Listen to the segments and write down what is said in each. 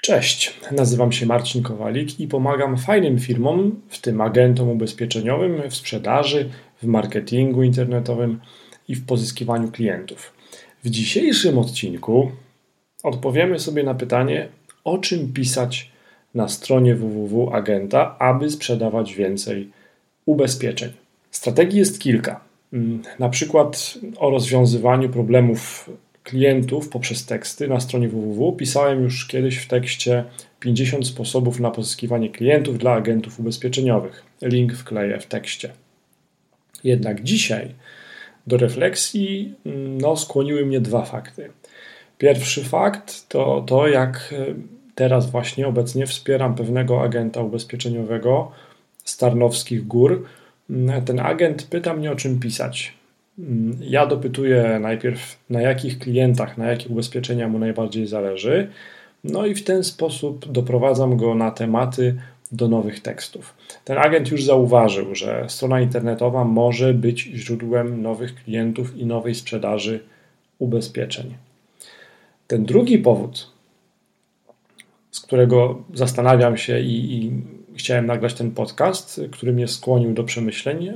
Cześć, nazywam się Marcin Kowalik i pomagam fajnym firmom, w tym agentom ubezpieczeniowym, w sprzedaży, w marketingu internetowym i w pozyskiwaniu klientów. W dzisiejszym odcinku odpowiemy sobie na pytanie, o czym pisać na stronie www agenta, aby sprzedawać więcej ubezpieczeń. Strategii jest kilka. Na przykład o rozwiązywaniu problemów klientów poprzez teksty na stronie www. Pisałem już kiedyś w tekście 50 sposobów na pozyskiwanie klientów dla agentów ubezpieczeniowych. Link wkleję w tekście. Jednak dzisiaj do refleksji skłoniły mnie dwa fakty. Pierwszy fakt to to, jak teraz właśnie obecnie wspieram pewnego agenta ubezpieczeniowego z Tarnowskich Gór. Ten agent pyta mnie, o czym pisać. Ja dopytuję najpierw, na jakich klientach, na jakie ubezpieczenia mu najbardziej zależy, no i w ten sposób doprowadzam go na tematy do nowych tekstów. Ten agent już zauważył, że strona internetowa może być źródłem nowych klientów i nowej sprzedaży ubezpieczeń. Ten drugi powód, z którego zastanawiam się i chciałem nagrać ten podcast, który mnie skłonił do przemyśleń,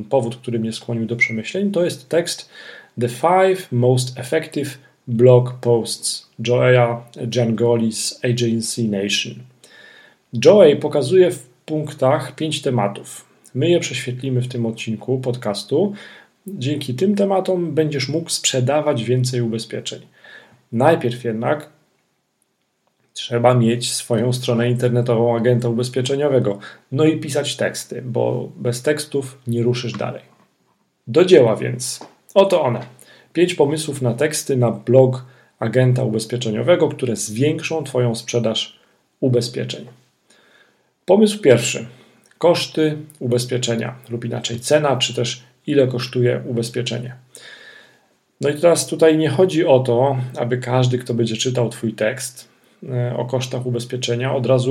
to jest tekst The 5 Most Effective Blog Posts Joea Giangoli z Agency Nation. Joey pokazuje w punktach 5 tematów. My je prześwietlimy w tym odcinku podcastu. Dzięki tym tematom będziesz mógł sprzedawać więcej ubezpieczeń. Najpierw jednak trzeba mieć swoją stronę internetową agenta ubezpieczeniowego, no i pisać teksty, bo bez tekstów nie ruszysz dalej. Do dzieła więc. Oto one. 5 pomysłów na teksty na blog agenta ubezpieczeniowego, które zwiększą Twoją sprzedaż ubezpieczeń. Pomysł pierwszy. Koszty ubezpieczenia lub inaczej cena, czy też ile kosztuje ubezpieczenie. No i teraz tutaj nie chodzi o to, aby każdy, kto będzie czytał Twój tekst o kosztach ubezpieczenia,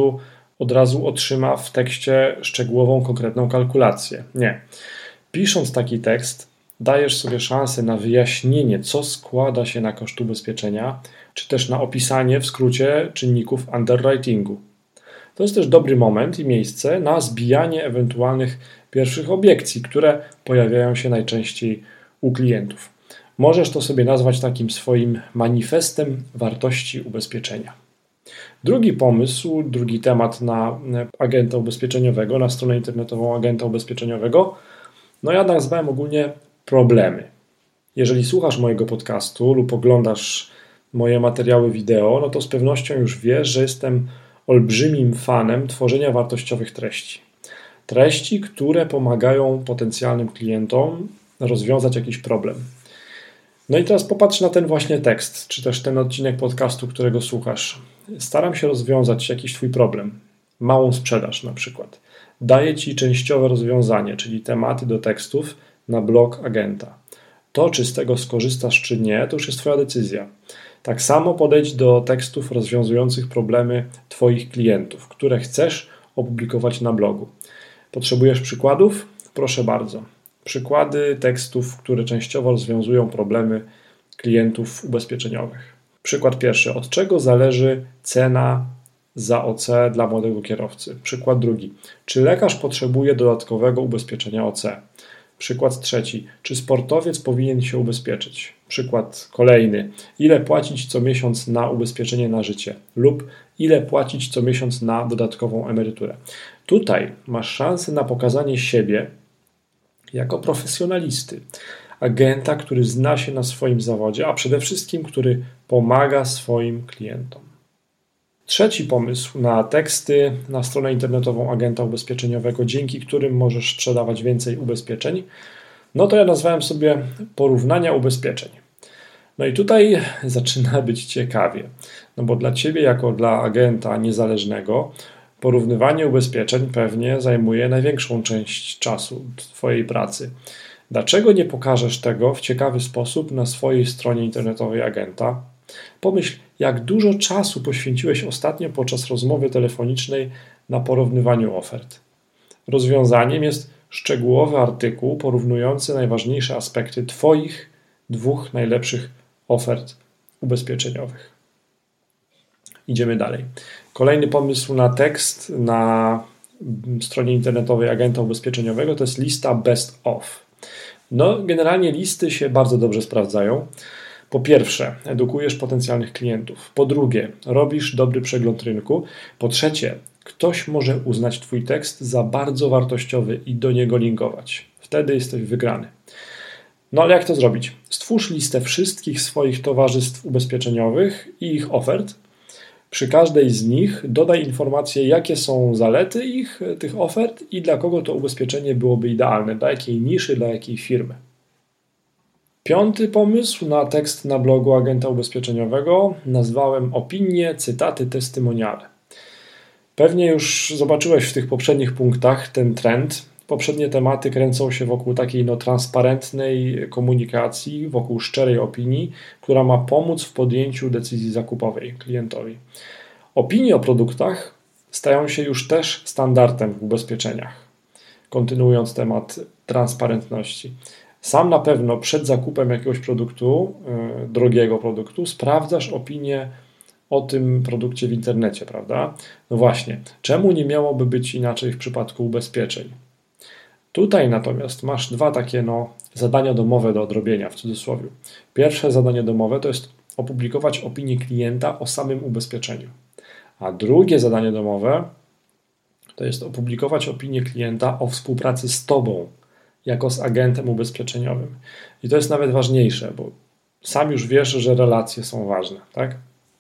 od razu otrzyma w tekście szczegółową, konkretną kalkulację. Nie. Pisząc taki tekst, dajesz sobie szansę na wyjaśnienie, co składa się na koszt ubezpieczenia, czy też na opisanie w skrócie czynników underwritingu. To jest też dobry moment i miejsce na zbijanie ewentualnych pierwszych obiekcji, które pojawiają się najczęściej u klientów. Możesz to sobie nazwać takim swoim manifestem wartości ubezpieczenia. Drugi pomysł, drugi temat na agenta ubezpieczeniowego, na stronę internetową agenta ubezpieczeniowego, ja nazwałem ogólnie problemy. Jeżeli słuchasz mojego podcastu lub oglądasz moje materiały wideo, to z pewnością już wiesz, że jestem olbrzymim fanem tworzenia wartościowych treści. Treści, które pomagają potencjalnym klientom rozwiązać jakiś problem. No i teraz popatrz na ten właśnie tekst, czy też ten odcinek podcastu, którego słuchasz. Staram się rozwiązać jakiś Twój problem. Małą sprzedaż na przykład. Daję Ci częściowe rozwiązanie, czyli tematy do tekstów na blog agenta. To, czy z tego skorzystasz, czy nie, to już jest Twoja decyzja. Tak samo podejdź do tekstów rozwiązujących problemy Twoich klientów, które chcesz opublikować na blogu. Potrzebujesz przykładów? Proszę bardzo. Przykłady tekstów, które częściowo rozwiązują problemy klientów ubezpieczeniowych. Przykład pierwszy. Od czego zależy cena za OC dla młodego kierowcy? Przykład drugi. Czy lekarz potrzebuje dodatkowego ubezpieczenia OC? Przykład trzeci. Czy sportowiec powinien się ubezpieczyć? Przykład kolejny. Ile płacić co miesiąc na ubezpieczenie na życie? Lub ile płacić co miesiąc na dodatkową emeryturę? Tutaj masz szansę na pokazanie siebie jako profesjonalisty, agenta, który zna się na swoim zawodzie, a przede wszystkim, który pomaga swoim klientom. Trzeci pomysł na teksty na stronę internetową agenta ubezpieczeniowego, dzięki którym możesz sprzedawać więcej ubezpieczeń, to ja nazwałem sobie porównania ubezpieczeń. No i tutaj zaczyna być ciekawie, bo dla Ciebie jako dla agenta niezależnego porównywanie ubezpieczeń pewnie zajmuje największą część czasu Twojej pracy. Dlaczego nie pokażesz tego w ciekawy sposób na swojej stronie internetowej agenta? Pomyśl, jak dużo czasu poświęciłeś ostatnio podczas rozmowy telefonicznej na porównywaniu ofert. Rozwiązaniem jest szczegółowy artykuł porównujący najważniejsze aspekty Twoich 2 najlepszych ofert ubezpieczeniowych. Idziemy dalej. Kolejny pomysł na tekst na stronie internetowej agenta ubezpieczeniowego to jest lista best of. No, generalnie listy się bardzo dobrze sprawdzają. Po pierwsze, edukujesz potencjalnych klientów. Po drugie, robisz dobry przegląd rynku. Po trzecie, ktoś może uznać Twój tekst za bardzo wartościowy i do niego linkować. Wtedy jesteś wygrany. No ale jak to zrobić? Stwórz listę wszystkich swoich towarzystw ubezpieczeniowych i ich ofert. Przy każdej z nich dodaj informacje, jakie są zalety tych ofert i dla kogo to ubezpieczenie byłoby idealne, dla jakiej niszy, dla jakiej firmy. Piąty pomysł na tekst na blogu agenta ubezpieczeniowego nazwałem opinie, cytaty, testymoniale. Pewnie już zobaczyłeś w tych poprzednich punktach ten trend. Poprzednie tematy kręcą się wokół takiej transparentnej komunikacji, wokół szczerej opinii, która ma pomóc w podjęciu decyzji zakupowej klientowi. Opinie o produktach stają się już też standardem w ubezpieczeniach. Kontynuując temat transparentności. Sam na pewno przed zakupem jakiegoś produktu, drogiego produktu, sprawdzasz opinię o tym produkcie w internecie, prawda? No właśnie, czemu nie miałoby być inaczej w przypadku ubezpieczeń? Tutaj natomiast masz dwa takie zadania domowe do odrobienia, w cudzysłowie. Pierwsze zadanie domowe to jest opublikować opinię klienta o samym ubezpieczeniu. A drugie zadanie domowe to jest opublikować opinię klienta o współpracy z Tobą, jako z agentem ubezpieczeniowym. I to jest nawet ważniejsze, bo sam już wiesz, że relacje są ważne, tak?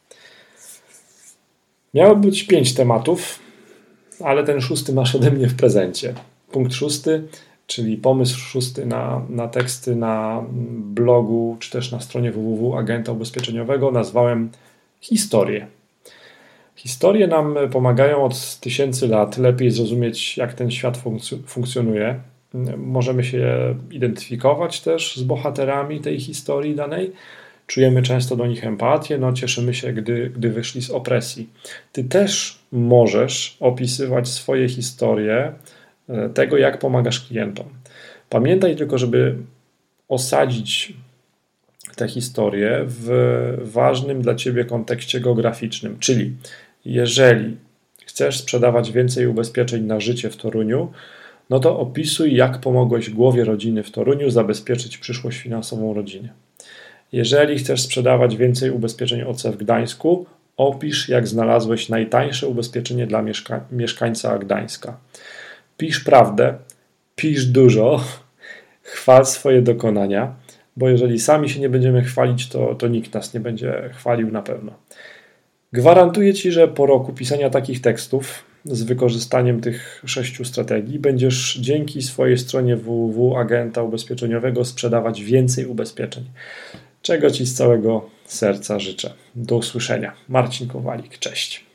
Miało być 5 tematów, ale ten 6 masz ode mnie w prezencie. Punkt 6, czyli pomysł 6 na teksty na blogu, czy też na stronie www agenta ubezpieczeniowego nazwałem historie. Historie nam pomagają od tysięcy lat lepiej zrozumieć, jak ten świat funkcjonuje. Możemy się identyfikować też z bohaterami tej historii danej. Czujemy często do nich empatię, cieszymy się, gdy wyszli z opresji. Ty też możesz opisywać swoje historie tego, jak pomagasz klientom. Pamiętaj tylko, żeby osadzić tę historię w ważnym dla Ciebie kontekście geograficznym, czyli jeżeli chcesz sprzedawać więcej ubezpieczeń na życie w Toruniu, to opisuj, jak pomogłeś głowie rodziny w Toruniu zabezpieczyć przyszłość finansową rodziny. Jeżeli chcesz sprzedawać więcej ubezpieczeń OC w Gdańsku, opisz, jak znalazłeś najtańsze ubezpieczenie dla mieszkańca Gdańska. Pisz prawdę, pisz dużo, chwal swoje dokonania, bo jeżeli sami się nie będziemy chwalić, to nikt nas nie będzie chwalił na pewno. Gwarantuję Ci, że po roku pisania takich tekstów z wykorzystaniem tych 6 strategii będziesz dzięki swojej stronie www agenta ubezpieczeniowego sprzedawać więcej ubezpieczeń. Czego Ci z całego serca życzę. Do usłyszenia. Marcin Kowalik, cześć.